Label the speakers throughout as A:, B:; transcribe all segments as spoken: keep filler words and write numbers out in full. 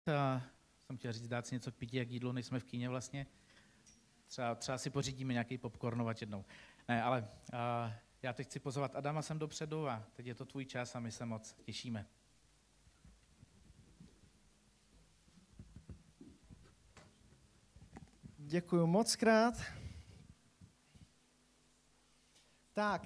A: Ta, jsem chtěl říct, dát si něco k pití, jak jídlo, nejsme v kíně vlastně. Třeba, třeba si pořídíme nějaký popcornovat jednou. Ne, ale uh, já teď chci pozvat Adama sem dopředu a teď je to tvůj čas a my se moc těšíme.
B: Děkuju moc krát. Tak,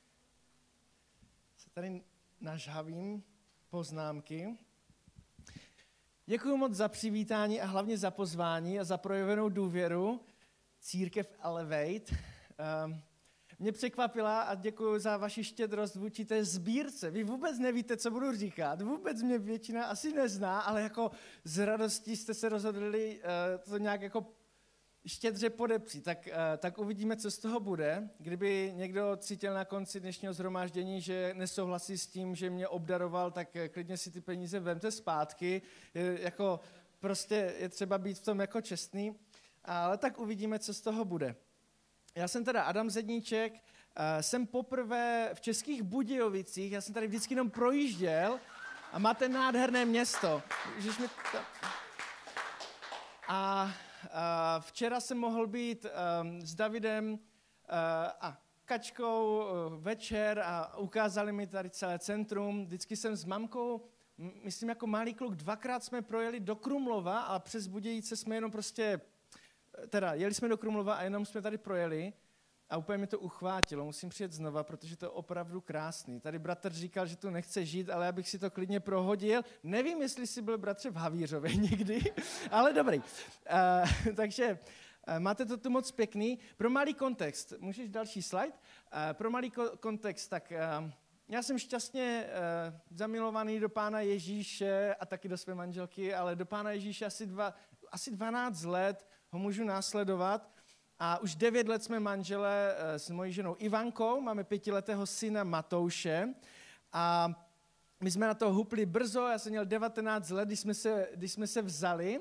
B: se tady nažhavím poznámky. Děkuju moc za přivítání a hlavně za pozvání a za projevenou důvěru Církev Elevate. Um, mě překvapila a děkuju za vaši štědrost vůči té sbírce. Vy vůbec nevíte, co budu říkat. Vůbec mě většina asi nezná, ale jako z radostí jste se rozhodli uh, to nějak jako štědře podepřít, tak, tak uvidíme, co z toho bude. Kdyby někdo cítil na konci dnešního shromáždění, že nesouhlasí s tím, že mě obdaroval, tak klidně si ty peníze vemte zpátky. Je, jako, prostě je třeba být v tom jako čestný, ale tak uvidíme, co z toho bude. Já jsem teda Adam Zedníček, jsem poprvé v Českých Budějovicích, já jsem tady vždycky jenom projížděl a máte nádherné město. A Uh, včera jsem mohl být um, s Davidem uh, a Kačkou uh, večer a ukázali mi tady celé centrum. Vždycky jsem s mamkou, myslím jako malý kluk, dvakrát jsme projeli do Krumlova a přes Budějice jsme jenom prostě, teda jeli jsme do Krumlova a jenom jsme tady projeli a úplně mi to uchvátilo. Musím přijet znova, protože to je opravdu krásný. Tady bratr říkal, že tu nechce žít, ale já bych si to klidně prohodil. Nevím, jestli jsi byl bratře v Havířově někdy, ale dobrý. Uh, takže uh, máte to tu moc pěkný. Pro malý kontext, můžeš další slide? Uh, pro malý ko- kontext, tak uh, já jsem šťastně uh, zamilovaný do Pána Ježíše a taky do své manželky, ale do Pána Ježíše asi, dva, asi dvanáct let ho můžu následovat. A už devět let jsme manželé s mojí ženou Ivankou, máme pětiletého syna Matouše a my jsme na to hupli brzo, já jsem měl devatenáct let, když jsme se, když jsme se vzali.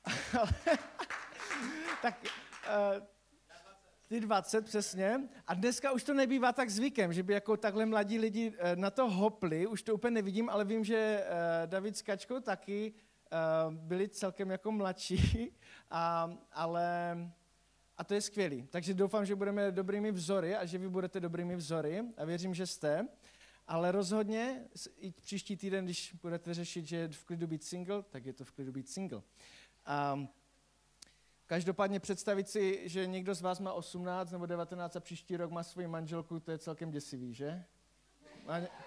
B: tak uh, ty dvacet přesně. A dneska už to nebývá tak zvykem, že by jako takhle mladí lidi na to hopli, už to úplně nevidím, ale vím, že uh, David s Kačkou taky uh, byli celkem jako mladší, a, ale... A to je skvělý. Takže doufám, že budeme dobrými vzory a že vy budete dobrými vzory a věřím, že jste. Ale rozhodně i příští týden, když budete řešit, že je v klidu být single, tak je to v klidu být single. A každopádně představit si, že někdo z vás má osmnáct nebo devatenáct a příští rok má svoji manželku, to je celkem děsivý, že? Má ně...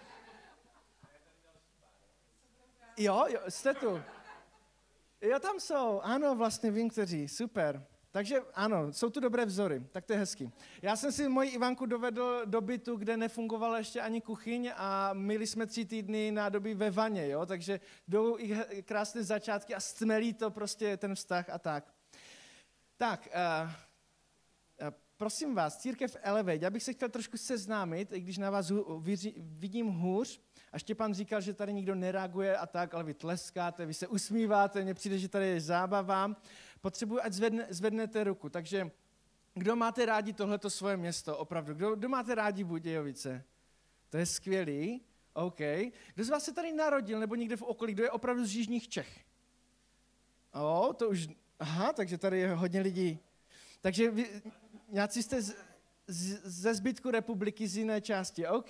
B: Jo, jo, jste tu. Jo, tam jsou. Ano, vlastně vím, kteří. Super. Takže ano, jsou tu dobré vzory, tak to je hezky. Já jsem si moji Ivanku dovedl do bytu, kde nefungovala ještě ani kuchyň a myli jsme tři týdny nádobí ve vaně, jo? Takže jdou i krásné začátky a stmelí to prostě ten vztah a tak. Tak, uh, uh, prosím vás, Církev Elevate, já bych se chtěl trošku seznámit, i když na vás hu, vidím hůř, a Štěpán říkal, že tady nikdo nereaguje a tak, ale vy tleskáte, vy se usmíváte, mně přijde, že tady je zábava. Potřebuji, ať zvedne, zvednete ruku. Takže kdo máte rádi tohleto svoje město, opravdu? Kdo, kdo máte rádi Budějovice? To je skvělý, OK. Kdo z vás se tady narodil nebo někde v okolí? Kdo je opravdu z jižních Čech? O, to už, aha, takže tady je hodně lidí. Takže vy, nějací jste z, z, ze zbytku republiky z jiné části, OK.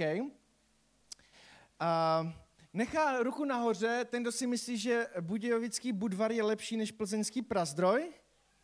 B: A nechá ruku nahoře ten, kdo si myslí, že budějovický Budvar je lepší než plzeňský Prazdroj?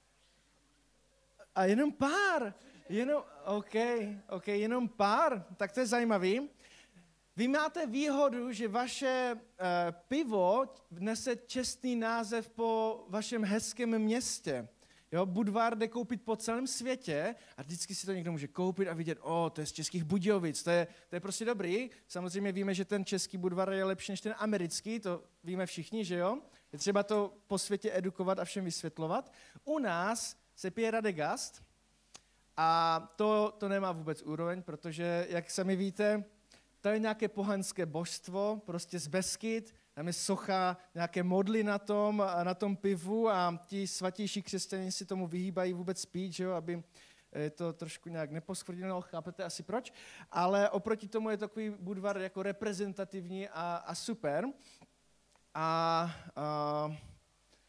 B: A jenom pár. Jenom, OK, OK, jenom pár. Tak to je zajímavý. Vy máte výhodu, že vaše uh, pivo nese čestný název po vašem hezkém městě. Jo, Budvar jde koupit po celém světě a vždycky si to někdo může koupit a vidět, o, to je z Českých Budějovic, to je, to je prostě dobrý. Samozřejmě víme, že ten český Budvar je lepší než ten americký, to víme všichni, že jo? Je třeba to po světě edukovat a všem vysvětlovat. U nás se pije Radegast a to, to nemá vůbec úroveň, protože, jak sami víte, to je nějaké pohanské božstvo, prostě z Beskyd, tam je socha, nějaké modly na tom, na tom pivu a ti svatější křesťané si tomu vyhýbají vůbec pít, že jo, aby to trošku nějak neposkvrnilo, chápete asi proč, ale oproti tomu je takový Budvar jako reprezentativní a, a super. A, a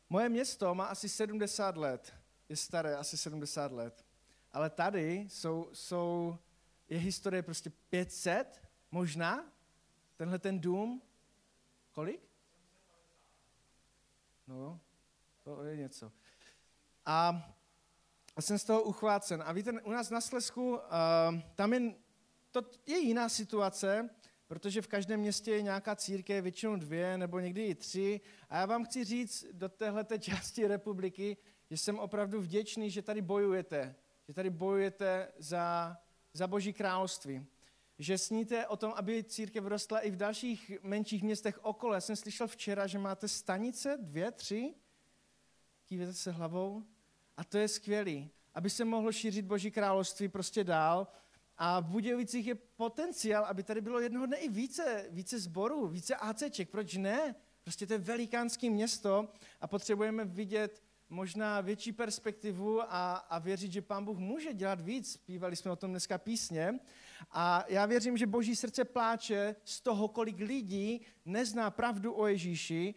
B: Moje město má asi sedmdesát let, je staré asi sedmdesát let, ale tady jsou, jsou je historie prostě pět set, možná, tenhle ten dům, kolik? No, to je něco. A jsem z toho uchvácen. A víte, u nás na Slezsku, uh, tam je, to je jiná situace, protože v každém městě je nějaká církev, většinou dvě, nebo někdy i tři. A já vám chci říct do téhleté části republiky, že jsem opravdu vděčný, že tady bojujete. Že tady bojujete za, za Boží království. Že sníte o tom, aby církev rostla i v dalších menších městech okolo. Já jsem slyšel včera, že máte stanice, dvě, tři, kývěte se hlavou. A to je skvělý, aby se mohlo šířit Boží království prostě dál. A v Budějovicích je potenciál, aby tady bylo jednoho dne i více, více sborů, více ACček. Proč ne? Prostě to je velikánské město a potřebujeme vidět možná větší perspektivu a, a věřit, že Pán Bůh může dělat víc. Zpívali jsme o tom dneska písně. A já věřím, že Boží srdce pláče z toho, kolik lidí nezná pravdu o Ježíši,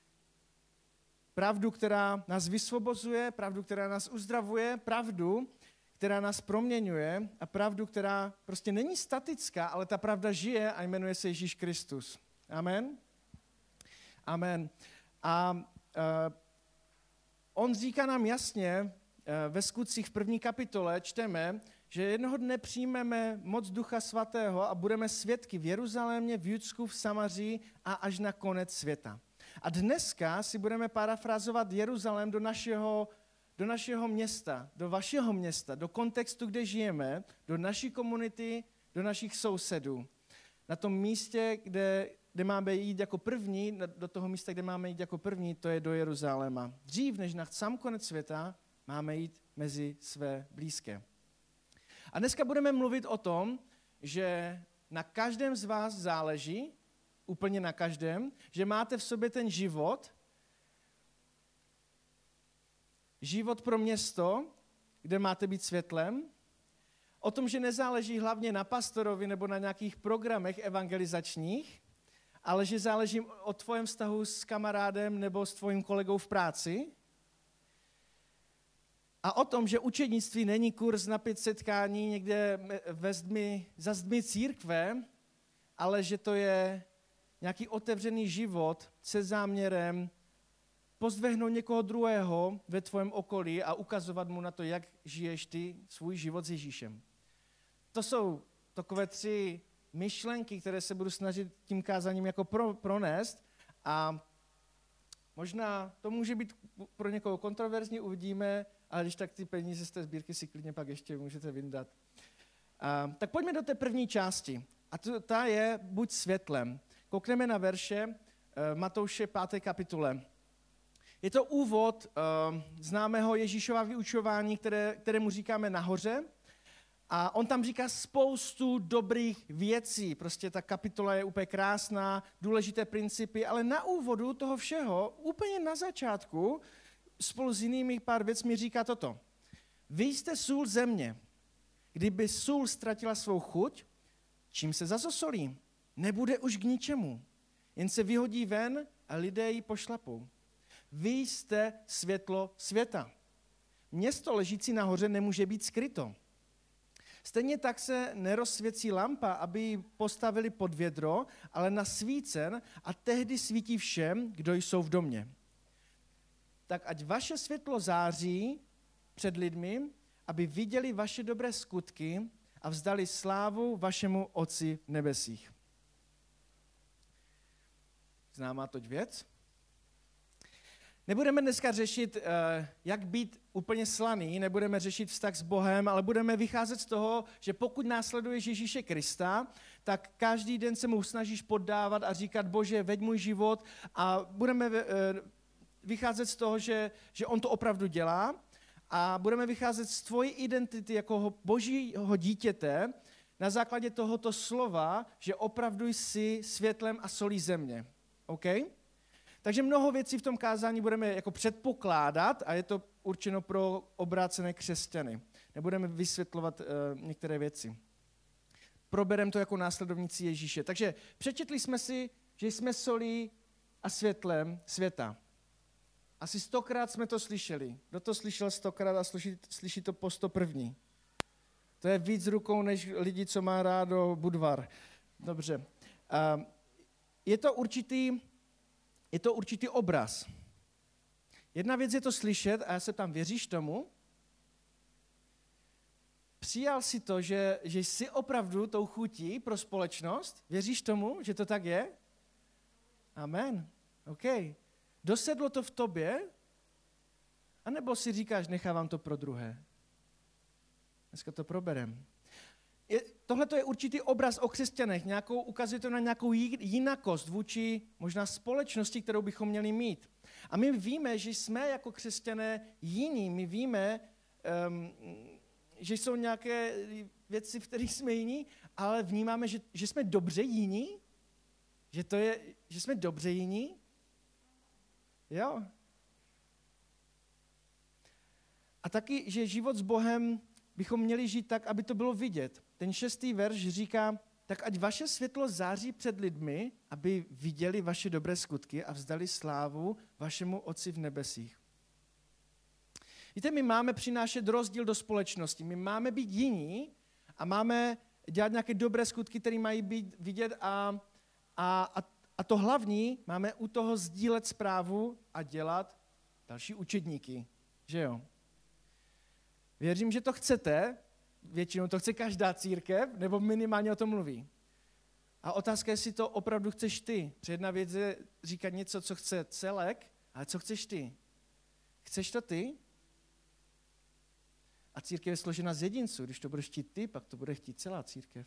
B: pravdu, která nás vysvobozuje, pravdu, která nás uzdravuje, pravdu, která nás proměňuje a pravdu, která prostě není statická, ale ta pravda žije a jmenuje se Ježíš Kristus. Amen? Amen. A uh, on říká nám jasně, uh, ve Skutcích v první kapitole čteme, že jednoho dne přijmeme moc Ducha Svatého a budeme svědky v Jeruzalémě, v Judsku, v Samaří a až na konec světa. A dneska si budeme parafrázovat Jeruzalém do našeho, do našeho města, do vašeho města, do kontextu, kde žijeme, do naší komunity, do našich sousedů. Na tom místě, kde, kde máme jít jako první, do toho místa, kde máme jít jako první, to je do Jeruzaléma. Dřív, než na sám konec světa, máme jít mezi své blízké. A dneska budeme mluvit o tom, že na každém z vás záleží, úplně na každém, že máte v sobě ten život, život pro město, kde máte být světlem, o tom, že nezáleží hlavně na pastorovi nebo na nějakých programech evangelizačních, ale že záleží o tvém vztahu s kamarádem nebo s tvojím kolegou v práci. A o tom, že učednictví není kurz na pět setkání někde ve zdmi, za zdmi církve, ale že to je nějaký otevřený život se záměrem pozdvihnout někoho druhého ve tvém okolí a ukazovat mu na to, jak žiješ ty svůj život s Ježíšem. To jsou takové tři myšlenky, které se budu snažit tím kázáním jako pro, pronést a možná to může být pro někoho kontroverzní, uvidíme, ale když tak ty peníze z té sbírky si klidně pak ještě můžete vyndat. A, tak pojďme do té první části. A to, ta je buď světlem. Koukneme na verše uh, Matouše páté kapitole. Je to úvod uh, známého Ježíšova vyučování, které, kterému říkáme nahoře. A on tam říká spoustu dobrých věcí. Prostě ta kapitola je úplně krásná, důležité principy, ale na úvodu toho všeho, úplně na začátku, spolu s jinými pár věcmi říká toto. Vy jste sůl země. Kdyby sůl ztratila svou chuť, čím se zazosolí? Nebude už k ničemu. Jen se vyhodí ven a lidé ji pošlapou. Vy jste světlo světa. Město ležící nahoře nemůže být skryto. Stejně tak se nerozsvěcí lampa, aby ji postavili pod vědro, ale na svícen a tehdy svítí všem, kdo jsou v domě. Tak ať vaše světlo září před lidmi, aby viděli vaše dobré skutky a vzdali slávu vašemu Otci v nebesích. Známá toť věc? Nebudeme dneska řešit, jak být úplně slaný, nebudeme řešit vztah s Bohem, ale budeme vycházet z toho, že pokud následuješ Ježíše Krista, tak každý den se mu snažíš poddávat a říkat, Bože, veď můj život a budeme vycházet z toho, že, že on to opravdu dělá a budeme vycházet z tvojí identity jako božího dítěte na základě tohoto slova, že opravdu jsi světlem a solí země. OK? Takže mnoho věcí v tom kázání budeme jako předpokládat a je to určeno pro obrácené křesťany. Nebudeme vysvětlovat uh, některé věci. Probereme to jako následovníci Ježíše. Takže přečetli jsme si, že jsme solí a světlem světa. Asi stokrát jsme to slyšeli. Kdo to slyšel stokrát a slyší, slyší to po sto první? To je víc rukou, než lidi, co má rádo Budvar. Dobře. Uh, je to určitý, je to určitý obraz. Jedna věc je to slyšet a já se tam věříš tomu? Přijal si to, že, že jsi opravdu tou chutí pro společnost? Věříš tomu, že to tak je? Amen. OK. Dosedlo to v tobě? A nebo si říkáš, nechávám to pro druhé? Dneska to proberem. Tohle je určitý obraz o křesťanech. Nějakou, ukazuje to na nějakou jinakost vůči možná společnosti, kterou bychom měli mít. A my víme, že jsme jako křesťané jiní. My víme, um, že jsou nějaké věci, v kterých jsme jiní, ale vnímáme, že, že jsme dobře jiní? Že, to je, že jsme dobře jiní? Jo. A taky, že život s Bohem bychom měli žít tak, aby to bylo vidět. Ten šestý verš říká, tak ať vaše světlo září před lidmi, aby viděli vaše dobré skutky a vzdali slávu vašemu Otci v nebesích. Víte, my máme přinášet rozdíl do společnosti. My máme být jiní a máme dělat nějaké dobré skutky, které mají být vidět a, a, a, a to hlavní, máme u toho sdílet zprávu a dělat další učedníky. Že jo? Věřím, že to chcete, většinou to chce každá církev, nebo minimálně o tom mluví. A otázka je, jestli to opravdu chceš ty. Protože jedna věc je říkat něco, co chce celek, ale co chceš ty? Chceš to ty? A církev je složena z jedinců. Když to budeš chtít ty, pak to bude chtít celá církev.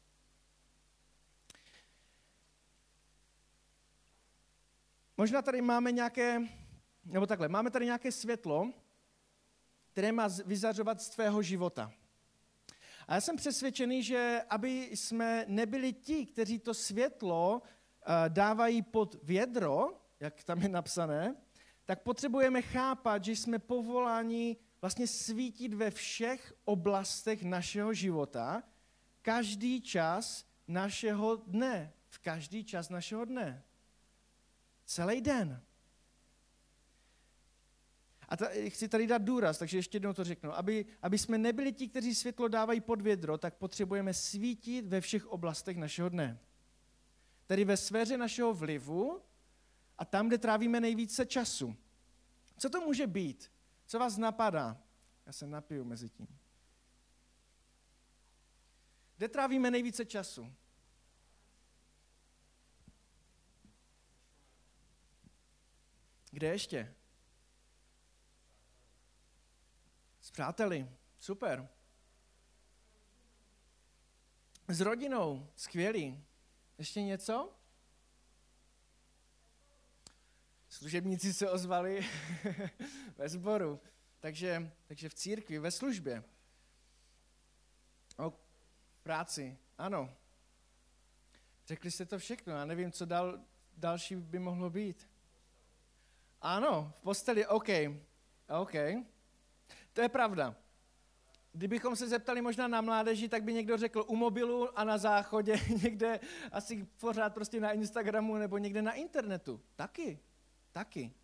B: Možná tady máme nějaké, nebo takhle, máme tady nějaké světlo, které má vyzařovat z tvého života. A já jsem přesvědčený, že aby jsme nebyli ti, kteří to světlo dávají pod vědro, jak tam je napsané, tak potřebujeme chápat, že jsme povoláni vlastně svítit ve všech oblastech našeho života, každý čas našeho dne, v každý čas našeho dne. Celý den. A ta, chci tady dát důraz, takže ještě jednou to řeknu. Aby, aby jsme nebyli ti, kteří světlo dávají pod vědro, tak potřebujeme svítit ve všech oblastech našeho dne. Tedy ve sféře našeho vlivu a tam, kde trávíme nejvíce času. Co to může být? Co vás napadá? Já se napiju mezi tím. Kde trávíme nejvíce času? Kde ještě? S přáteli. Super. S rodinou. Skvělý. Ještě něco? Služebníci se ozvali ve sboru. Takže, takže v církvi, ve službě. O práci. Ano. Řekli jste to všechno. Já nevím, co dal, další by mohlo být. Ano, v posteli. OK. OK. To je pravda. Kdybychom se zeptali možná na mládeži, tak by někdo řekl u mobilu a na záchodě, někde asi pořád prostě na Instagramu nebo někde na internetu. Taky. Taky.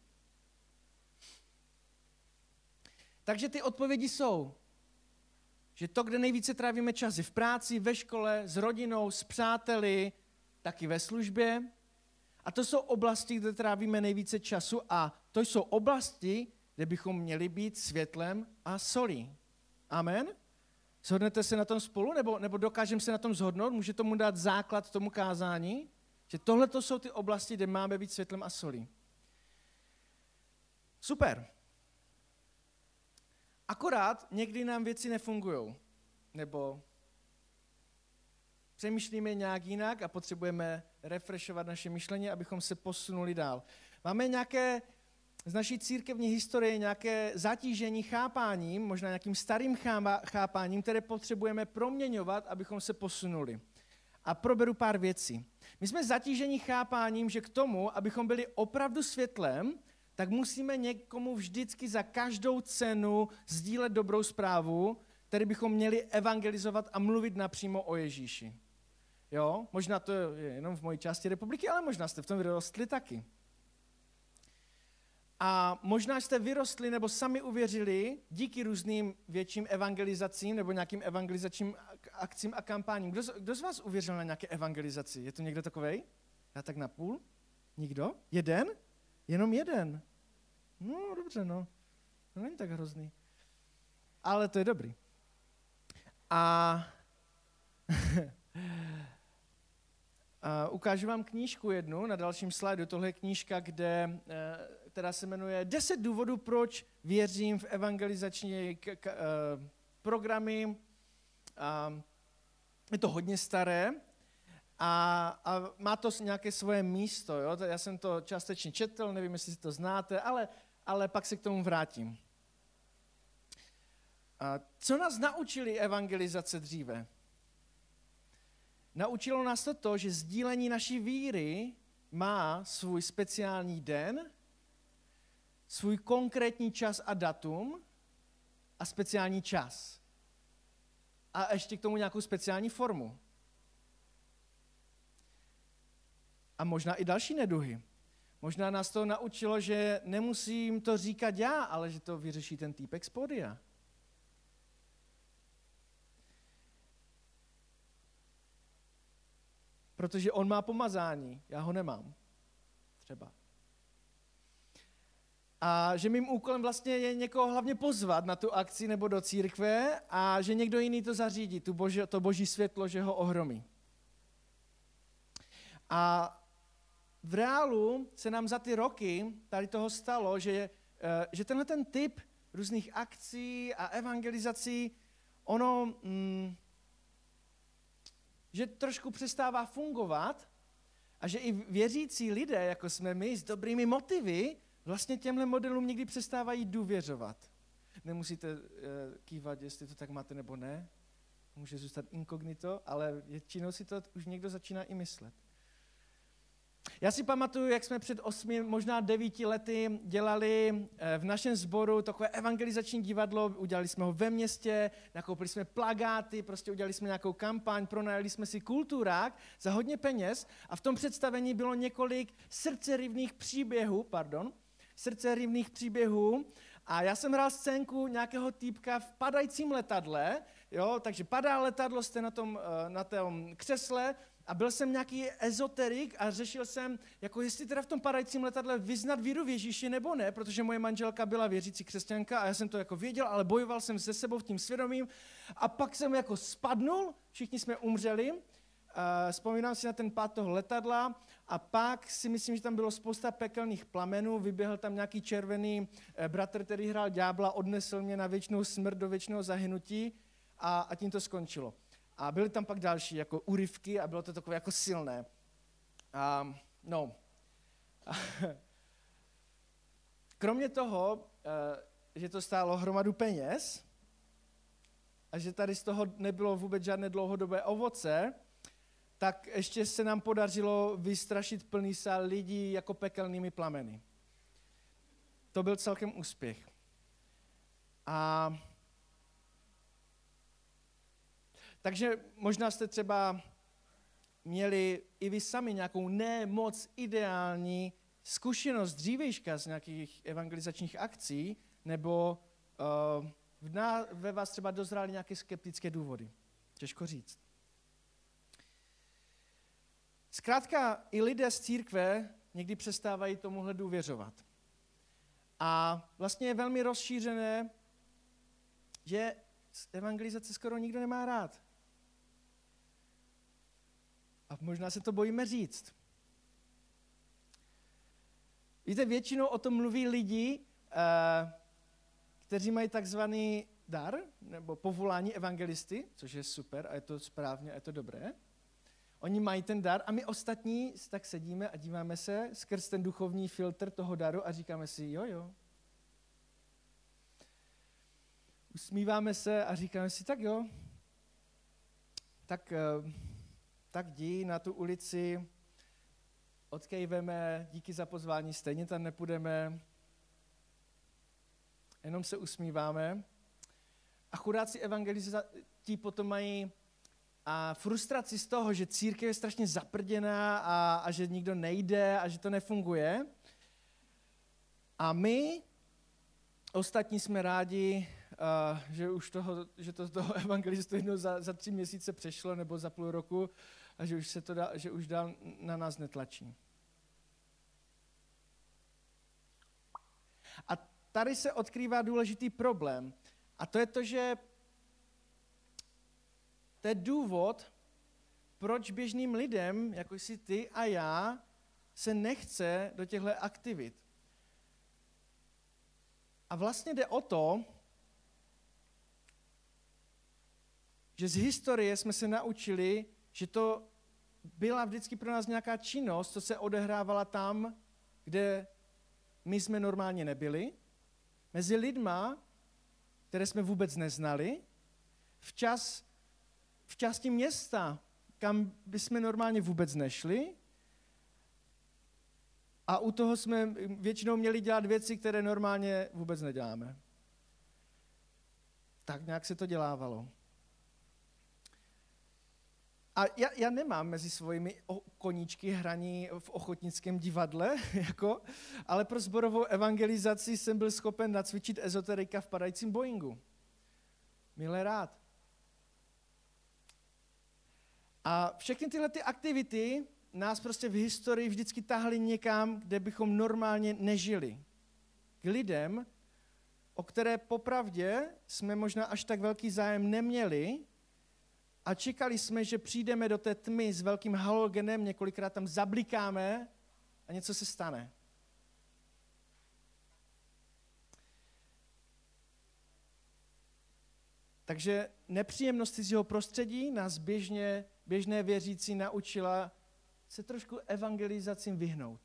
B: Takže ty odpovědi jsou, že to, kde nejvíce trávíme čas, je v práci, ve škole, s rodinou, s přáteli, taky ve službě. A to jsou oblasti, kde trávíme nejvíce času a to jsou oblasti, kde bychom měli být světlem a solí. Amen? Shodnete se na tom spolu, nebo, nebo dokážeme se na tom shodnout? Může tomu dát základ tomu kázání? Že tohle to jsou ty oblasti, kde máme být světlem a solí. Super. Akorát někdy nám věci nefungují. Nebo přemýšlíme nějak jinak a potřebujeme refreshovat naše myšlení, abychom se posunuli dál. Máme nějaké z naší církevní historie nějaké zatížení chápáním, možná nějakým starým chápáním, které potřebujeme proměňovat, abychom se posunuli. A proberu pár věcí. My jsme zatíženi chápáním, že k tomu, abychom byli opravdu světlem, tak musíme někomu vždycky za každou cenu sdílet dobrou zprávu, který bychom měli evangelizovat a mluvit napřímo o Ježíši. Jo, možná to je jenom v mojí části republiky, ale možná jste v tom vyrostli taky. A možná jste vyrostli nebo sami uvěřili díky různým větším evangelizacím nebo nějakým evangelizačním akcím a kampáním. Kdo, z- kdo z vás uvěřil na nějaké evangelizaci? Je tu někdo takovej? Já tak na půl? Nikdo? Jeden? Jenom jeden. No, dobře, no. To není tak hrozný. Ale to je dobrý. A, a ukážu vám knížku jednu na dalším slajdu. Tohle je knížka, kde, která se jmenuje deset důvodů, proč věřím v evangelizační k, k, programy. A je to hodně staré a, a má to nějaké svoje místo. Jo? Já jsem to částečně četl, nevím, jestli si to znáte, ale, ale pak se k tomu vrátím. A co nás naučili evangelizace dříve? Naučilo nás to to, že sdílení naší víry má svůj speciální den, svůj konkrétní čas a datum a speciální čas. A ještě k tomu nějakou speciální formu. A možná i další neduhy. Možná nás to naučilo, že nemusím to říkat já, ale že to vyřeší ten týpek z pódia. Protože on má pomazání, já ho nemám. Třeba. A že mým úkolem vlastně je někoho hlavně pozvat na tu akci nebo do církve a že někdo jiný to zařídí, tu boží, to boží světlo, že ho ohromí. A v reálu se nám za ty roky tady toho stalo, že, že tenhle ten typ různých akcí a evangelizací, ono, mm, že trošku přestává fungovat a že i věřící lidé, jako jsme my, s dobrými motivy, vlastně těmhle modelům někdy přestávají důvěřovat. Nemusíte uh, kývat, jestli to tak máte nebo ne. Může zůstat inkognito, ale většinou si to už někdo začíná i myslet. Já si pamatuju, jak jsme před osmi, možná devíti lety dělali v našem sboru takové evangelizační divadlo, udělali jsme ho ve městě, nakoupili jsme plakáty, prostě udělali jsme nějakou kampaň, pronajali jsme si kulturák za hodně peněz a v tom představení bylo několik srdcerivných příběhů, pardon, srdcerivných příběhů a já jsem hrál scénku nějakého týpka v padajícím letadle, jo, takže padá letadlo, jste na tom, na tom křesle, a byl jsem nějaký ezoterik a řešil jsem, jako jestli teda v tom padajícím letadle vyznat víru v Ježíši nebo ne, protože moje manželka byla věřící křesťanka a já jsem to jako věděl, ale bojoval jsem se sebou v tím svědomím. A pak jsem jako spadnul, všichni jsme umřeli, uh, vzpomínám si na ten pád toho letadla a pak si myslím, že tam bylo spousta pekelných plamenů, vyběhl tam nějaký červený uh, bratr, který hrál ďábla, odnesl mě na věčnou smrt do věčného zahynutí a, a tím to skončilo. A byly tam pak další jako úryvky a bylo to takové jako silné. A, no. Kromě toho, že to stálo hromadu peněz a že tady z toho nebylo vůbec žádné dlouhodobé ovoce, tak ještě se nám podařilo vystrašit plný sál lidí jako pekelnými plameny. To byl celkem úspěch. A takže možná jste třeba měli i vy sami nějakou ne moc ideální zkušenost dřívejška z nějakých evangelizačních akcí, nebo uh, v ná, ve vás třeba dozrály nějaké skeptické důvody. Těžko říct. Zkrátka i lidé z církve někdy přestávají tomuhle důvěřovat. A vlastně je velmi rozšířené, že evangelizace skoro nikdo nemá rád. A možná se to bojíme říct. Víte, většinou o tom mluví lidi, kteří mají takzvaný dar, nebo povolání evangelisty, což je super a je to správně a je to dobré. Oni mají ten dar a my ostatní tak sedíme a díváme se skrz ten duchovní filtr toho daru a říkáme si, jo, jo. Usmíváme se a říkáme si, tak jo, tak, tak jdi na tu ulici, odkejveme, díky za pozvání, stejně tam nepůjdeme, jenom se usmíváme. A chudáci evangelizati potom mají a frustraci z toho, že církev je strašně zaprděná a, a že nikdo nejde a že to nefunguje. A my, ostatní jsme rádi, uh, že už toho, že to z toho evangelistu jednou za, za tři měsíce přešlo, nebo za půl roku, a že už se to dá, že už dál na nás netlačí. A tady se odkrývá důležitý problém. A to je to, že to je důvod, proč běžným lidem, jako jsi ty a já, se nechce do těchto aktivit. A vlastně jde o to, že z historie jsme se naučili, že to byla vždycky pro nás nějaká činnost, co se odehrávala tam, kde my jsme normálně nebyli, mezi lidma, které jsme vůbec neznali, včas, v části města, kam bychom normálně vůbec nešli, a u toho jsme většinou měli dělat věci, které normálně vůbec neděláme. Tak nějak se to dělávalo. A já, já nemám mezi svými koníčky hraní v ochotnickém divadle, jako, ale pro sborovou evangelizaci jsem byl schopen nacvičit ezoterika v padajícím Boeingu. Milé rád. A všechny tyhle ty aktivity nás prostě v historii vždycky tahly někam, kde bychom normálně nežili. K lidem, o které popravdě jsme možná až tak velký zájem neměli a čekali jsme, že přijdeme do té tmy s velkým halogenem, několikrát tam zablikáme a něco se stane. Takže nepříjemnost cizího prostředí nás běžně, běžné věřící naučila se trošku evangelizacím vyhnout.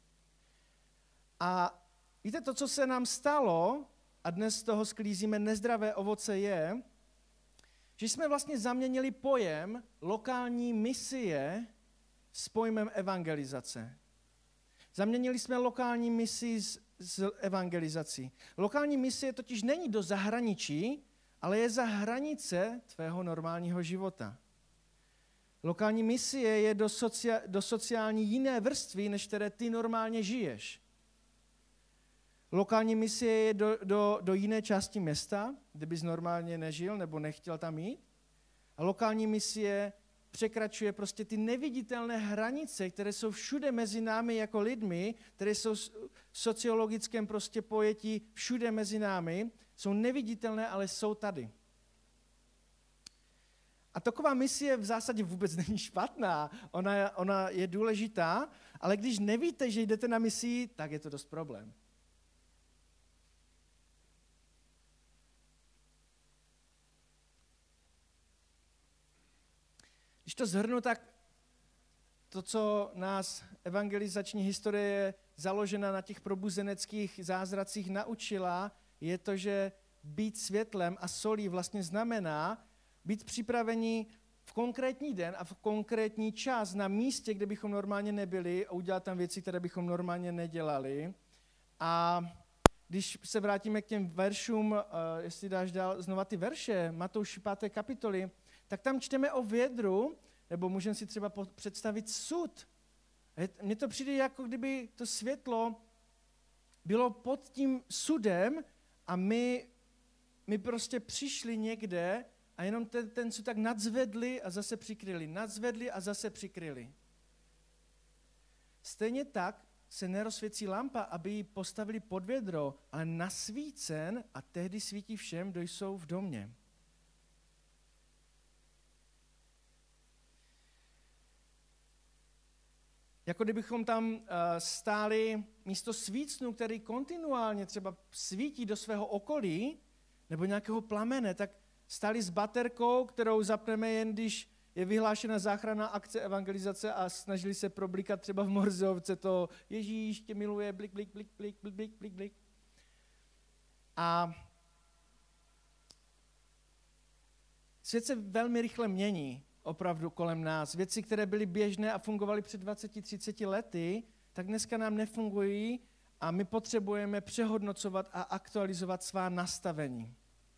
B: A víte, to, co se nám stalo, a dnes z toho sklízíme nezdravé ovoce, je, že jsme vlastně zaměnili pojem lokální misie s pojmem evangelizace. Zaměnili jsme lokální misi s, s evangelizací. Lokální misie totiž není do zahraničí, ale je za hranice tvého normálního života. Lokální misie je do, socia- do sociální jiné vrstvy, než které ty normálně žiješ. Lokální misie je do, do, do jiné části města, kde bys normálně nežil nebo nechtěl tam jít. A lokální misie překračuje prostě ty neviditelné hranice, které jsou všude mezi námi jako lidmi, které jsou v sociologickém prostě pojetí všude mezi námi, jsou neviditelné, ale jsou tady. A taková misie v zásadě vůbec není špatná, ona, ona je důležitá, ale když nevíte, že jdete na misi, tak je to dost problém. Když to shrnu, tak to, co nás evangelizační historie je založena na těch probuzeneckých zázracích naučila, je to, že být světlem a solí vlastně znamená být připraveni v konkrétní den a v konkrétní čas na místě, kde bychom normálně nebyli a udělat tam věci, které bychom normálně nedělali. A když se vrátíme k těm veršům, jestli dáš dál znova ty verše, Matouši páté kapitoly, tak tam čteme o vědru, nebo můžeme si třeba představit sud. Mně to přijde, jako kdyby to světlo bylo pod tím sudem a my, my prostě přišli někde a jenom ten, ten sud tak nadzvedli a zase přikryli, nadzvedli a zase přikryli. Stejně tak se nerozsvěcí lampa, aby ji postavili pod vědro, ale nasvícen a tehdy svítí všem, kdo jsou v domě. Jako kdybychom tam uh, stáli místo svícnu, který kontinuálně třeba svítí do svého okolí, nebo nějakého plamene, tak stáli s baterkou, kterou zapneme jen, když je vyhlášena záchranná akce evangelizace a snažili se problikat třeba v Morzovce to Ježíš tě miluje, blik, blik, blik, blik, blik, blik, blik, blik. A svět se velmi rychle mění. Opravdu kolem nás. Věci, které byly běžné a fungovaly před dvaceti třiceti lety, tak dneska nám nefungují a my potřebujeme přehodnocovat a aktualizovat svá nastavení.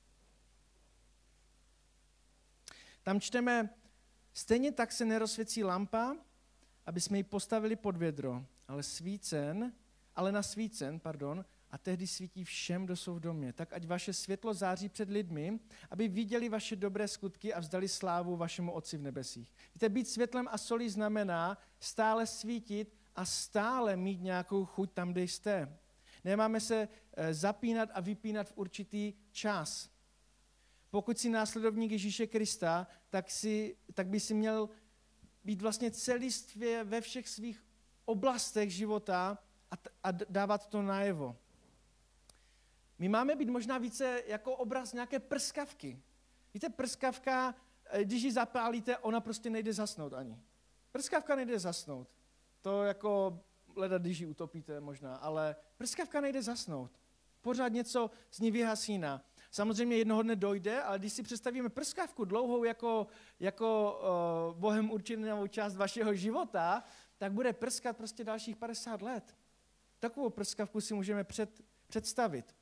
B: Tam čteme, stejně tak se nerozsvěcí lampa, aby jsme ji postavili pod vědro, ale svícen, ale nasvícen, pardon, a tehdy svítí všem, kdo jsou v domě. Tak ať vaše světlo září před lidmi, aby viděli vaše dobré skutky a vzdali slávu vašemu Otci v nebesích. Víte, být světlem a solí znamená stále svítit a stále mít nějakou chuť tam, kde jste. Nemáme se zapínat a vypínat v určitý čas. Pokud jsi následovník Ježíše Krista, tak, si, tak by si měl být vlastně celistvě ve všech svých oblastech života a, a dávat to najevo. My máme být možná více jako obraz nějaké prskavky. Víte, prskavka, když ji zapálíte, ona prostě nejde zasnout ani. Prskavka nejde zasnout. To jako leda, když ji utopíte možná, ale prskavka nejde zasnout. Pořád něco z ní vyhasíná. Samozřejmě jednoho dne dojde, ale když si představíme prskavku dlouhou jako, jako uh, Bohem určenou část vašeho života, tak bude prskat prostě dalších padesát let. Takovou prskavku si můžeme před, představit.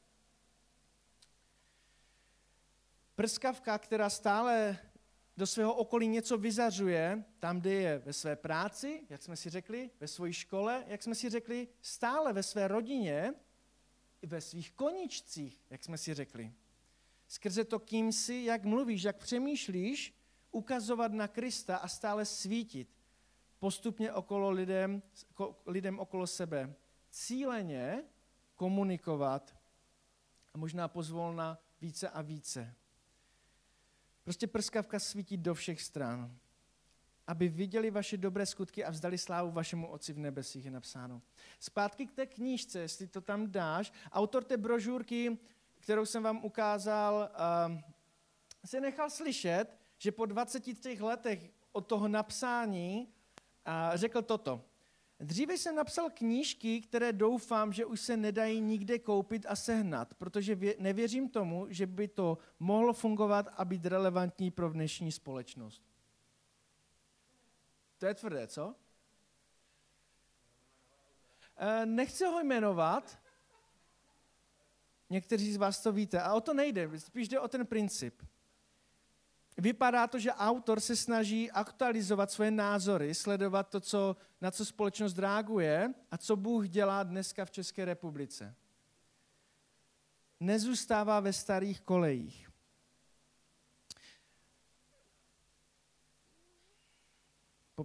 B: Prskavka, která stále do svého okolí něco vyzařuje, tam, kde je ve své práci, jak jsme si řekli, ve své škole, jak jsme si řekli, stále ve své rodině, i ve svých koníčcích, jak jsme si řekli. Skrze to, kým jsi, jak mluvíš, jak přemýšlíš, ukazovat na Krista a stále svítit postupně okolo lidem, lidem okolo sebe. Cíleně komunikovat a možná pozvolna více a více. Prostě prskavka svítí do všech stran. Aby viděli vaše dobré skutky a vzdali slávu vašemu Otci v nebesích, je napsáno. Zpátky k té knížce, jestli to tam dáš. Autor té brožurky, kterou jsem vám ukázal, uh, se nechal slyšet, že po dvaceti třech letech od toho napsání uh, řekl toto. Dříve jsem napsal knížky, které doufám, že už se nedají nikde koupit a sehnat, protože vě- nevěřím tomu, že by to mohlo fungovat a být relevantní pro dnešní společnost. To je tvrdé, co? E, nechci ho jmenovat. Někteří z vás to víte. A o to nejde, spíš jde o ten princip. Vypadá to, že autor se snaží aktualizovat svoje názory, sledovat to, co, na co společnost reaguje a co Bůh dělá dneska v České republice. Nezůstává ve starých kolejích. Po...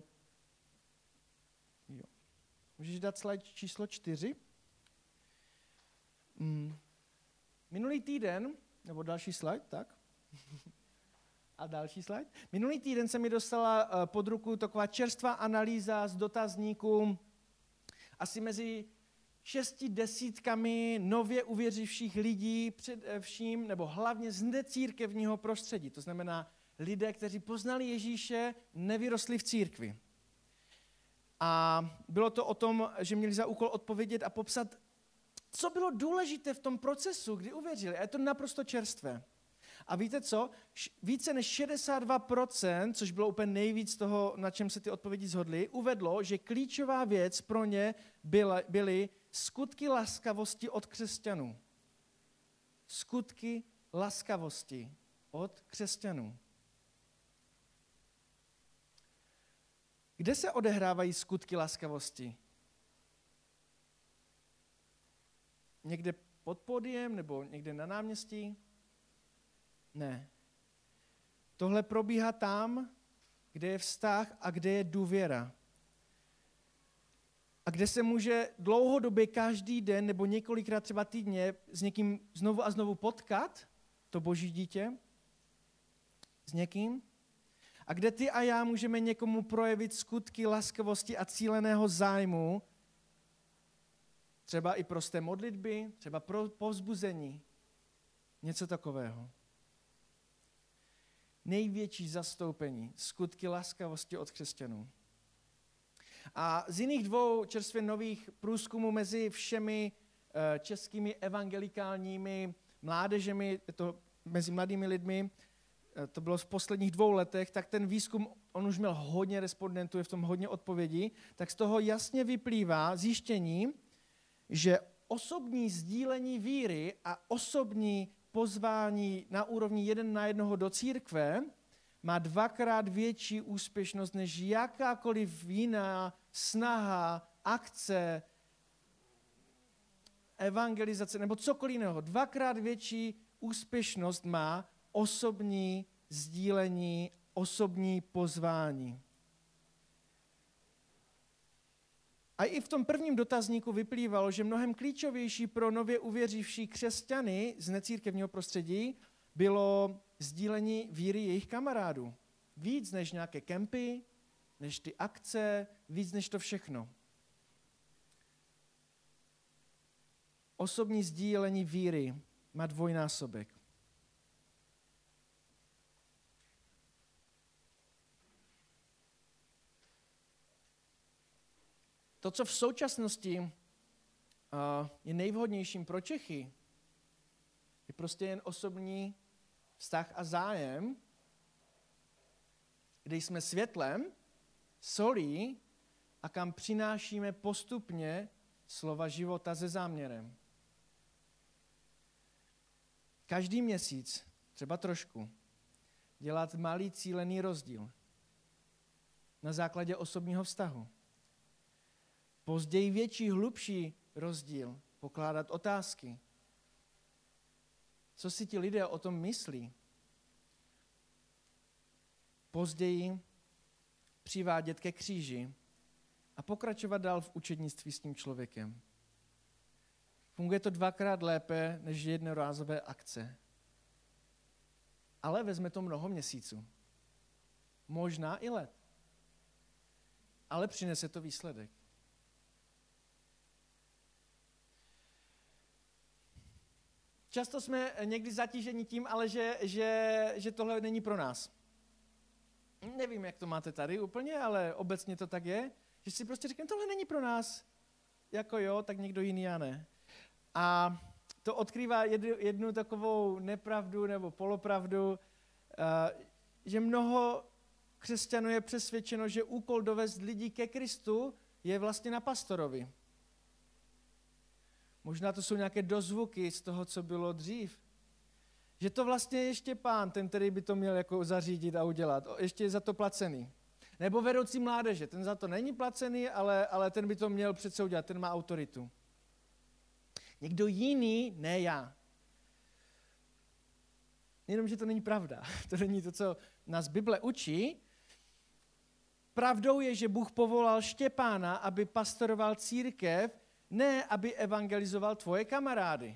B: Jo. Můžeš dát slide číslo čtyři? Mm. Minulý týden, nebo další slide, tak? A další slide. Minulý týden se mi dostala uh, pod ruku taková čerstvá analýza z dotazníků asi mezi šesti desítkami nově uvěřivších lidí, především, nebo hlavně z necírkevního prostředí. To znamená lidé, kteří poznali Ježíše, nevyrostli v církvi. A bylo to o tom, že měli za úkol odpovědět a popsat, co bylo důležité v tom procesu, kdy uvěřili. A je to naprosto čerstvé. A víte co? Více než šedesát dva procent, což bylo úplně nejvíc toho, na čem se ty odpovědi shodly, uvedlo, že klíčová věc pro ně byly, byly skutky laskavosti od křesťanů. Skutky laskavosti od křesťanů. Kde se odehrávají skutky laskavosti? Někde pod pódiem nebo někde na náměstí? Ne. Tohle probíhá tam, kde je vztah a kde je důvěra. A kde se může dlouhodobě každý den nebo několikrát třeba týdně s někým znovu a znovu potkat, to Boží dítě, s někým. A kde ty a já můžeme někomu projevit skutky laskavosti a cíleného zájmu, třeba i prosté modlitby, třeba pro povzbuzení, něco takového. Největší zastoupení, skutky laskavosti od křesťanů. A z jiných dvou čerstvě nových průzkumů mezi všemi uh, českými evangelikálními mládežemi, to mezi mladými lidmi, uh, to bylo v posledních dvou letech, tak ten výzkum, on už měl hodně respondentů, je v tom hodně odpovědí, tak z toho jasně vyplývá zjištění, že osobní sdílení víry a osobní pozvání na úrovni jeden na jednoho do církve má dvakrát větší úspěšnost než jakákoliv jiná snaha, akce, evangelizace nebo cokoliv jiného, dvakrát větší úspěšnost má osobní sdílení, osobní pozvání. A i v tom prvním dotazníku vyplývalo, že mnohem klíčovější pro nově uvěřivší křesťany z necírkevního prostředí bylo sdílení víry jejich kamarádů. Víc než nějaké kempy, než ty akce, víc než to všechno. Osobní sdílení víry má dvojnásobek. To, co v současnosti uh, je nejvhodnějším pro Čechy, je prostě jen osobní vztah a zájem, kde jsme světlem, solí a kam přinášíme postupně slova života se záměrem. Každý měsíc, třeba trošku, dělat malý cílený rozdíl na základě osobního vztahu. Později větší, hlubší rozdíl, pokládat otázky. Co si ti lidé o tom myslí? Později přivádět ke kříži a pokračovat dál v učednictví s tím člověkem. Funguje to dvakrát lépe než jednorázové akce. Ale vezme to mnoho měsíců. Možná i let. Ale přinese to výsledek. Často jsme někdy zatíženi tím, ale že, že, že tohle není pro nás. Nevím, jak to máte tady úplně, ale obecně to tak je, že si prostě říkám, tohle není pro nás. Jako jo, tak někdo jiný já ne. A to odkrývá jednu, jednu takovou nepravdu nebo polopravdu, že mnoho křesťanů je přesvědčeno, že úkol dovést lidi ke Kristu je vlastně na pastorovi. Možná to jsou nějaké dozvuky z toho, co bylo dřív. Že to vlastně je ještě pán, ten, který by to měl jako zařídit a udělat. Ještě je za to placený. Nebo vedoucí mládeže, ten za to není placený, ale, ale ten by to měl přece udělat, ten má autoritu. Někdo jiný, ne já. Jenomže to není pravda. To není to, co nás Bible učí. Pravdou je, že Bůh povolal Štěpána, aby pastoroval církev, ne aby evangelizoval tvoje kamarády.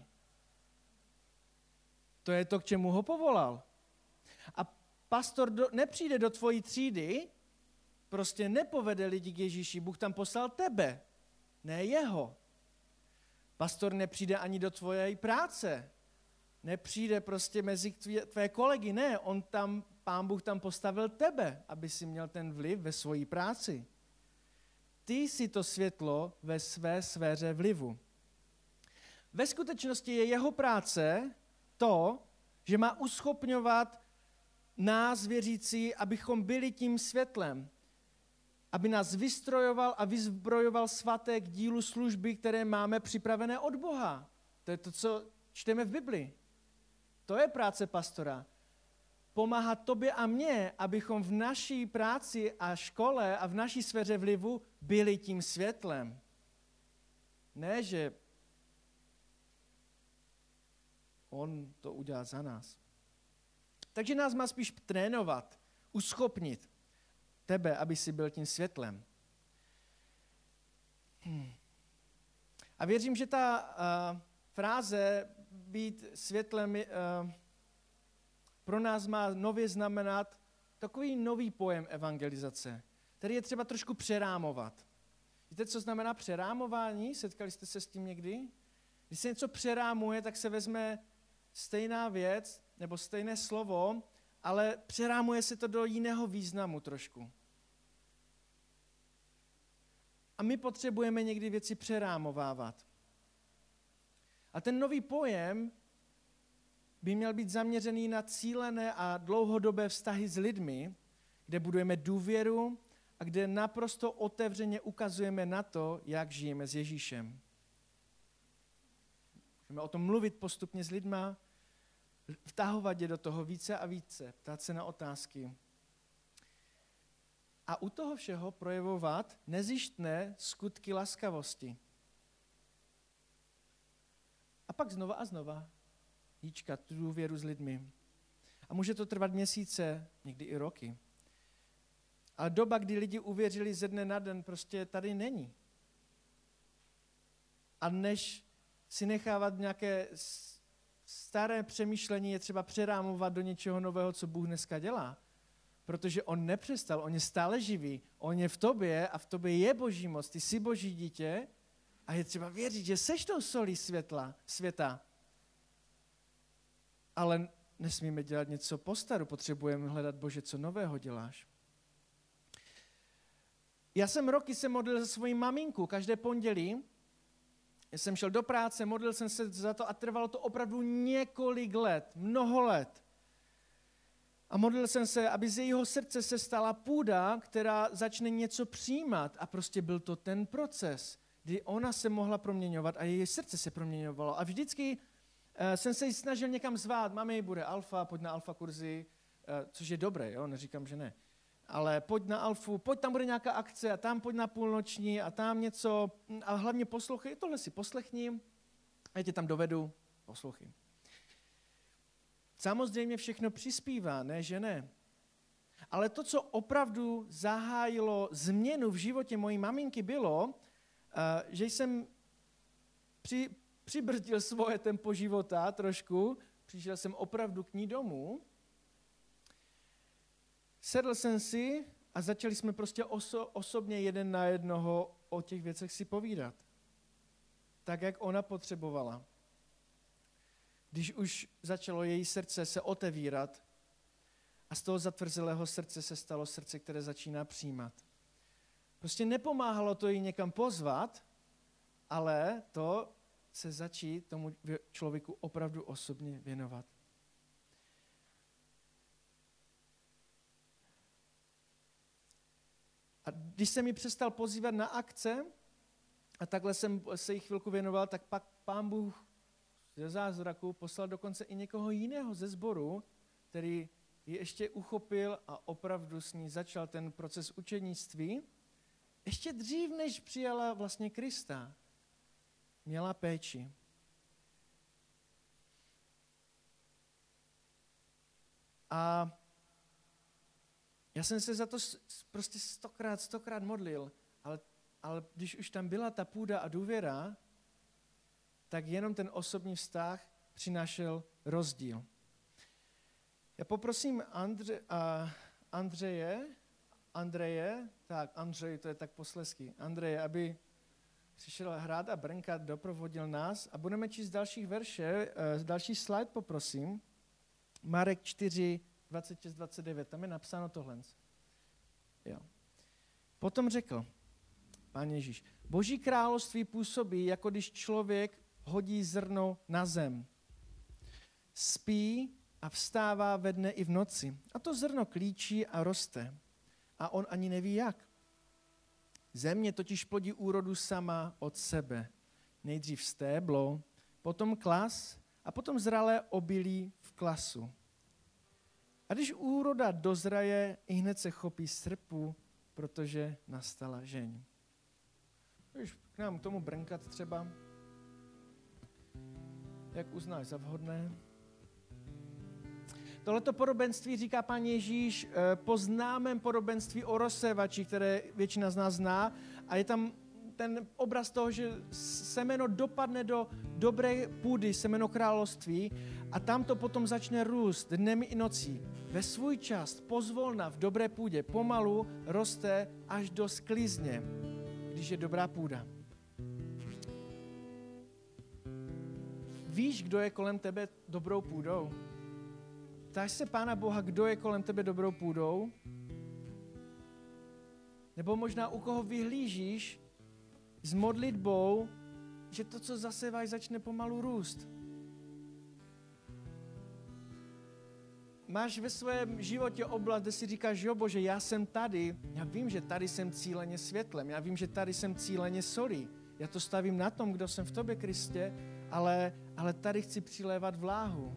B: To je to, k čemu ho povolal. A pastor do, nepřijde do tvojí třídy, prostě nepovede lidi k Ježíši. Bůh tam poslal tebe, ne jeho. Pastor nepřijde ani do tvoje práce. Nepřijde prostě mezi tvé, tvé kolegy. Ne, on tam, Pán Bůh tam postavil tebe, aby si měl ten vliv ve své práci. Ty jsi to světlo ve své sféře vlivu. Ve skutečnosti je jeho práce to, že má uschopňovat nás věřící, abychom byli tím světlem. Aby nás vystrojoval a vyzbrojoval svaté k dílu služby, které máme připravené od Boha. To je to, co čteme v Bibli. To je práce pastora. Pomáhat tobě a mně, abychom v naší práci a škole a v naší sféře vlivu byli tím světlem. Ne, že on to udělá za nás. Takže nás má spíš trénovat, uschopnit tebe, aby si byl tím světlem. Hmm. A věřím, že ta uh, fráze být světlem uh, pro nás má nově znamenat takový nový pojem evangelizace, který je třeba trošku přerámovat. Víte, co znamená přerámování? Setkali jste se s tím někdy? Když se něco přerámuje, tak se vezme stejná věc nebo stejné slovo, ale přerámuje se to do jiného významu trošku. A my potřebujeme někdy věci přerámovávat. A ten nový pojem by měl být zaměřený na cílené a dlouhodobé vztahy s lidmi, kde budujeme důvěru a kde naprosto otevřeně ukazujeme na to, jak žijeme s Ježíšem. Můžeme o tom mluvit postupně s lidma, vtahovat je do toho více a více, ptát se na otázky. A u toho všeho projevovat nezištné skutky laskavosti. pak znova a znova hýčkat tu důvěru s lidmi. A může to trvat měsíce, někdy i roky. Ale doba, kdy lidi uvěřili ze dne na den, prostě tady není. A než si nechávat nějaké staré přemýšlení, je třeba přerámovat do něčeho nového, co Bůh dneska dělá. Protože on nepřestal, on je stále živý, on je v tobě a v tobě je Boží moc, ty jsi Boží dítě a je třeba věřit, že seš tou solí světla, světa. Ale nesmíme dělat něco po staru, potřebujeme hledat, Bože, co nového děláš. Já jsem roky se modlil za svoji maminku, každé pondělí. Já jsem šel do práce, modlil jsem se za to a trvalo to opravdu několik let, mnoho let. A modlil jsem se, aby z jejího srdce se stala půda, která začne něco přijímat. A prostě byl to ten proces, kdy ona se mohla proměňovat a její srdce se proměňovalo. A vždycky uh, jsem se jí snažil někam zvát. Mami, bude alfa, pojď na alfa kurzy, uh, což je dobré, jo? Neříkám, že ne. Ale pojď na alfu, pojď, tam bude nějaká akce a tam pojď na půlnoční a tam něco. A hlavně poslouchej, tohle si poslechni a já tě tam dovedu, poslouchej. Samozřejmě všechno přispívá, ne, že ne. Ale to, co opravdu zahájilo změnu v životě mojí maminky, bylo, uh, že jsem při, přibrzdil svoje tempo života trošku, přišel jsem opravdu k ní domů, sedl jsem si a začali jsme prostě oso, osobně jeden na jednoho o těch věcech si povídat. Tak, jak ona potřebovala. Když už začalo její srdce se otevírat a z toho zatvrzelého srdce se stalo srdce, které začíná přijímat. Prostě nepomáhalo to jí někam pozvat, ale to se začít tomu člověku opravdu osobně věnovat. A když jsem ji přestal pozývat na akce a takhle jsem se jí chvilku věnoval, tak pak Pán Bůh ze zázraku poslal dokonce i někoho jiného ze sboru, který ji ještě uchopil a opravdu s ní začal ten proces učenictví. Ještě dřív, než přijala vlastně Krista, měla péči. A já jsem se za to prostě stokrát, stokrát modlil, ale, ale když už tam byla ta půda a důvěra, tak jenom ten osobní vztah přinášel rozdíl. Já poprosím Andre, uh, Andreje, Andreje, tak Andrej, to je tak poslesky, Andreje, aby přišel hrát a brnkat, doprovodil nás a budeme číst dalších verše, uh, další slide poprosím, Marek čtyři, dvacet šest dvacet devět, tam je napsáno tohle. Jo. Potom řekl Pán Ježíš, Boží království působí, jako když člověk hodí zrno na zem. Spí a vstává ve dne i v noci. A to zrno klíčí a roste. A on ani neví jak. Země totiž plodí úrodu sama od sebe. Nejdřív stéblo, potom klas a potom zralé obilí v klasu. A když úroda dozraje, i hned se chopí srpu, protože nastala žeň. Když k nám k tomu brnkat třeba, jak uznáš za vhodné. Tohleto podobenství, říká Pán Ježíš, po známém podobenství o rozsévači, které většina z nás zná. A je tam ten obraz toho, že semeno dopadne do dobré půdy, semeno království, a tam to potom začne růst dnem i nocí. Ve svůj čas, pozvolna, v dobré půdě, pomalu roste až do sklizně, když je dobrá půda. Víš, kdo je kolem tebe dobrou půdou? Ptáš se Pána Boha, kdo je kolem tebe dobrou půdou? Nebo možná u koho vyhlížíš s modlitbou, že to, co zaseváš, začne pomalu růst. Máš ve svém životě oblast, kde si říkáš, jo Bože, já jsem tady, já vím, že tady jsem cíleně světlem, já vím, že tady jsem cíleně solí. Já to stavím na tom, kdo jsem v tobě, Kristě, ale, ale tady chci přilévat vláhu.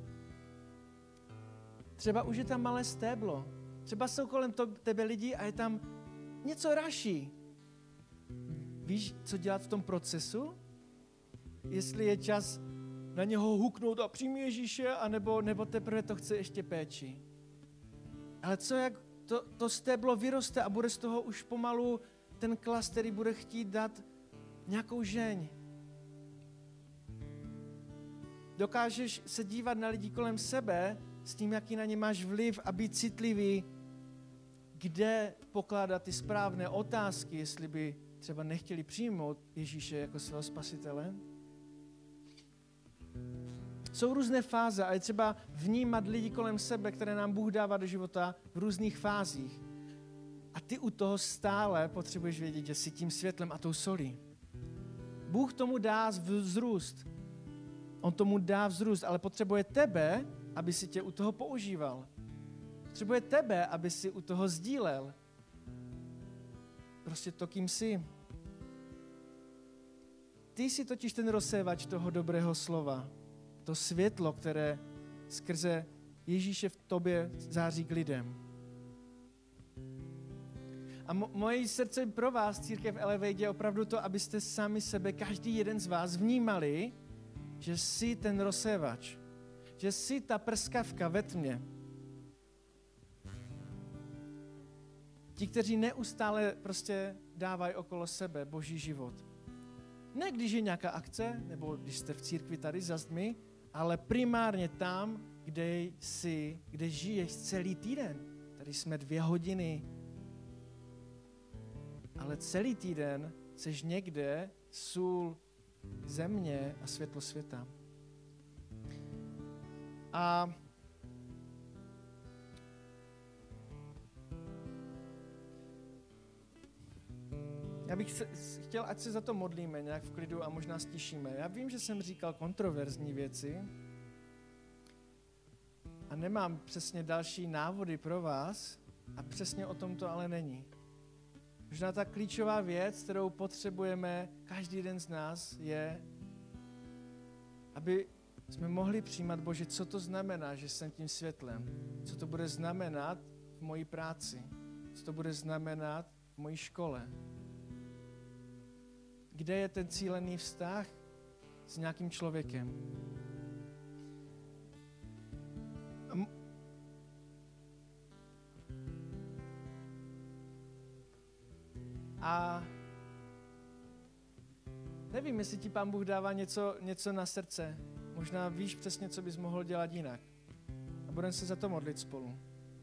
B: Třeba už je tam malé stéblo. Třeba jsou kolem tebe lidi a je tam něco raší. Víš, co dělat v tom procesu? Jestli je čas na něho huknout a přijmi Ježíše, anebo, nebo teprve to chce ještě péči. Ale co jak to, to stéblo vyroste a bude z toho už pomalu ten klas, který bude chtít dát nějakou žeň. Dokážeš se dívat na lidi kolem sebe s tím, jaký na ně máš vliv a být citlivý, kde pokládat ty správné otázky, jestli by třeba nechtěli přijmout Ježíše jako svého spasitele. Jsou různé fáze a je třeba vnímat lidi kolem sebe, které nám Bůh dává do života v různých fázích. A ty u toho stále potřebuješ vědět, že jsi tím světlem a tou solí. Bůh tomu dá vzrůst. On tomu dá vzrůst, ale potřebuje tebe, aby si tě u toho používal. Potřebuje tebe, aby si u toho sdílel. Prostě to, kým jsi. Ty jsi totiž ten rozsévač toho dobrého slova. To světlo, které skrze Ježíše v tobě září k lidem. A mo- moje srdce pro vás, Církev Elevate, je opravdu to, abyste sami sebe, každý jeden z vás, vnímali, že jsi ten rozsévač. Že jsi ta prskavka ve tmě. Ti, kteří neustále prostě dávají okolo sebe Boží život. Ne když je nějaká akce, nebo když jste v církvi tady za zdmi, ale primárně tam, kde jsi, kde žiješ celý týden. Tady jsme dvě hodiny. Ale celý týden seš někde sůl země a světlo světa. A já bych se, chtěl, ať se za to modlíme nějak v klidu a možná stišíme. Já vím, že jsem říkal kontroverzní věci a nemám přesně další návody pro vás a přesně o tom to ale není. Možná ta klíčová věc, kterou potřebujeme každý jeden z nás, je, aby jsme mohli přijímat, Bože, co to znamená, že jsem tím světlem. Co to bude znamenat v mojí práci. Co to bude znamenat v mojí škole. Kde je ten cílený vztah s nějakým člověkem. A nevím, jestli ti Pán Bůh dává něco, něco na srdce. Možná víš přesně, co bys mohl dělat jinak. A budeme se za to modlit spolu.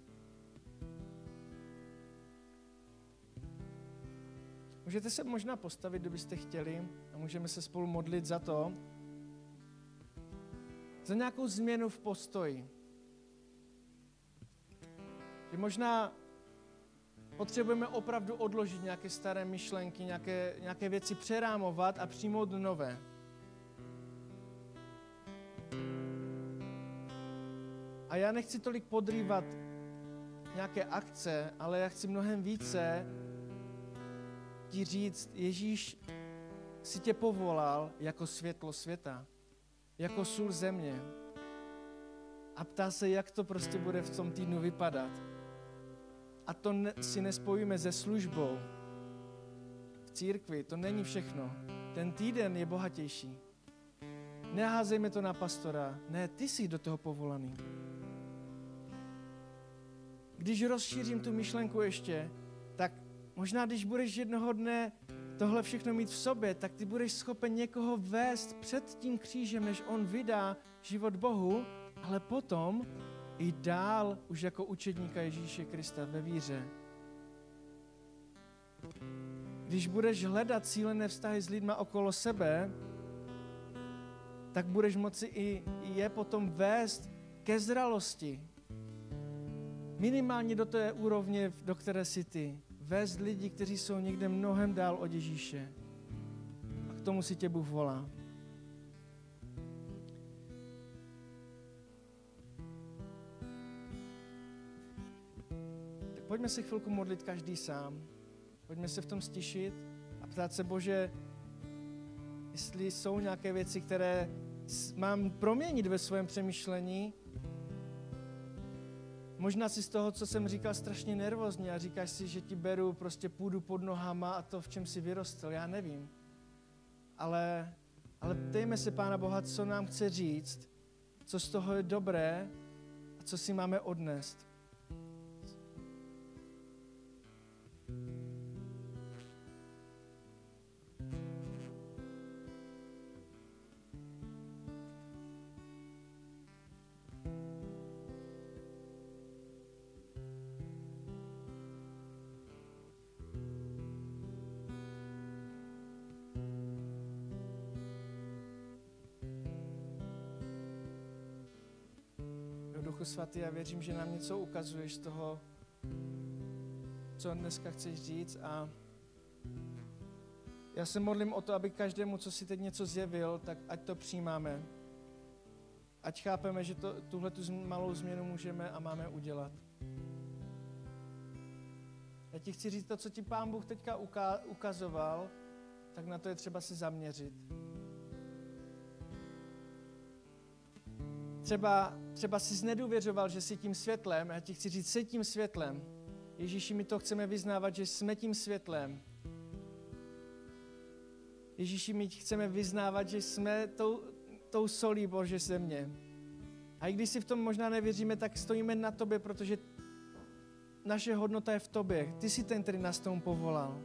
B: Můžete se možná postavit, kdybyste chtěli, a můžeme se spolu modlit za to, za nějakou změnu v postoji. Že možná potřebujeme opravdu odložit nějaké staré myšlenky, nějaké, nějaké věci přerámovat a přijmout nové. A já nechci tolik podrývat nějaké akce, ale já chci mnohem více ti říct, Ježíš si tě povolal jako světlo světa, jako sůl země. A ptá se, jak to prostě bude v tom týdnu vypadat. A to ne, si nespojíme se službou v církvi, to není všechno. Ten týden je bohatější. Neházejme to na pastora, ne, ty jsi do toho povolaný. Když rozšířím tu myšlenku ještě, tak možná, když budeš jednoho dne tohle všechno mít v sobě, tak ty budeš schopen někoho vést před tím křížem, než on vydá život Bohu, ale potom i dál už jako učedníka Ježíše Krista ve víře. Když budeš hledat cílené vztahy s lidma okolo sebe, tak budeš moci i je potom vést ke zralosti. Minimálně do té úrovně, do které jsi ty. Vést lidi, kteří jsou někde mnohem dál od Ježíše. A k tomu si tě Bůh volá. Tak pojďme se chvilku modlit každý sám. Pojďme se v tom stišit a ptát se, Bože, jestli jsou nějaké věci, které mám proměnit ve svém přemýšlení. Možná si z toho, co jsem říkal, strašně nervózní a říkáš si, že ti beru prostě půdu pod nohama a to, v čem jsi vyrostl, já nevím. Ale ale ptejme se Pána Boha, co nám chce říct, co z toho je dobré a co si máme odnést. Duchu svatý, já věřím, že nám něco ukazuješ z toho, co dneska chceš říct a já se modlím o to, aby každému, co si teď něco zjevil, tak ať to přijímáme. Ať chápeme, že to, tuhle tu malou změnu můžeme a máme udělat. Já ti chci říct to, co ti Pán Bůh teďka uka- ukazoval, tak na to je třeba se zaměřit. Třeba, třeba jsi nedůvěřoval, že jsi tím světlem, já ti chci říct, jsi tím světlem. Ježíši, my to chceme vyznávat, že jsme tím světlem. Ježíši, my chceme vyznávat, že jsme tou, tou solí Boží země. A i když si v tom možná nevěříme, tak stojíme na tobě, protože naše hodnota je v tobě. Ty jsi ten, který nás tomu povolal.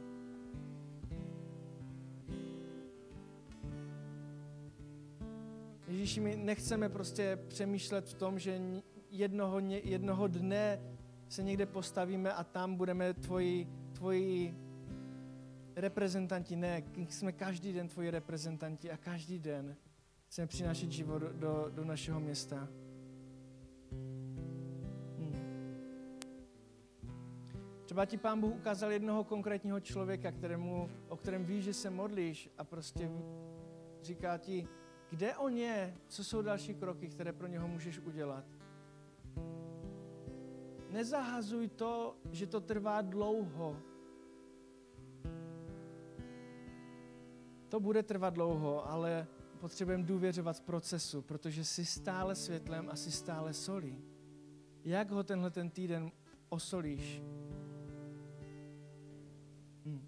B: Ježíši, my nechceme prostě přemýšlet v tom, že jednoho, jednoho dne se někde postavíme a tam budeme tvoji, tvoji reprezentanti. Ne, jsme každý den tvoji reprezentanti a každý den chceme přinášet život do, do, do našeho města. Hmm. Třeba ti Pán Bůh ukázal jednoho konkrétního člověka, kterému, o kterém víš, že se modlíš a prostě říká ti, kde on je, co jsou další kroky, které pro něho můžeš udělat. Nezahazuj to, že to trvá dlouho. To bude trvat dlouho, ale potřebujeme důvěřovat v procesu, protože jsi stále světlem a jsi stále solí. Jak ho tenhle ten týden osolíš? Hm.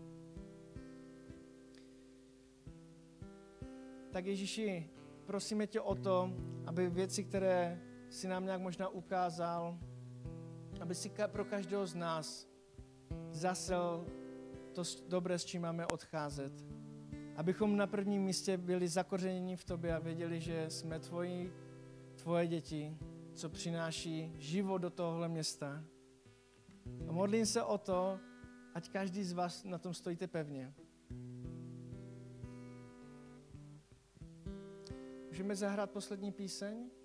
B: Tak Ježíši, prosíme tě o to, aby věci, které si nám nějak možná ukázal, aby si pro každého z nás zasel to dobré, s čím máme odcházet. Abychom na prvním místě byli zakořeněni v tobě a věděli, že jsme tvoji, tvoje děti, co přináší život do tohohle města. A modlím se o to, ať každý z vás na tom stojíte pevně. Můžeme zahrát poslední píseň?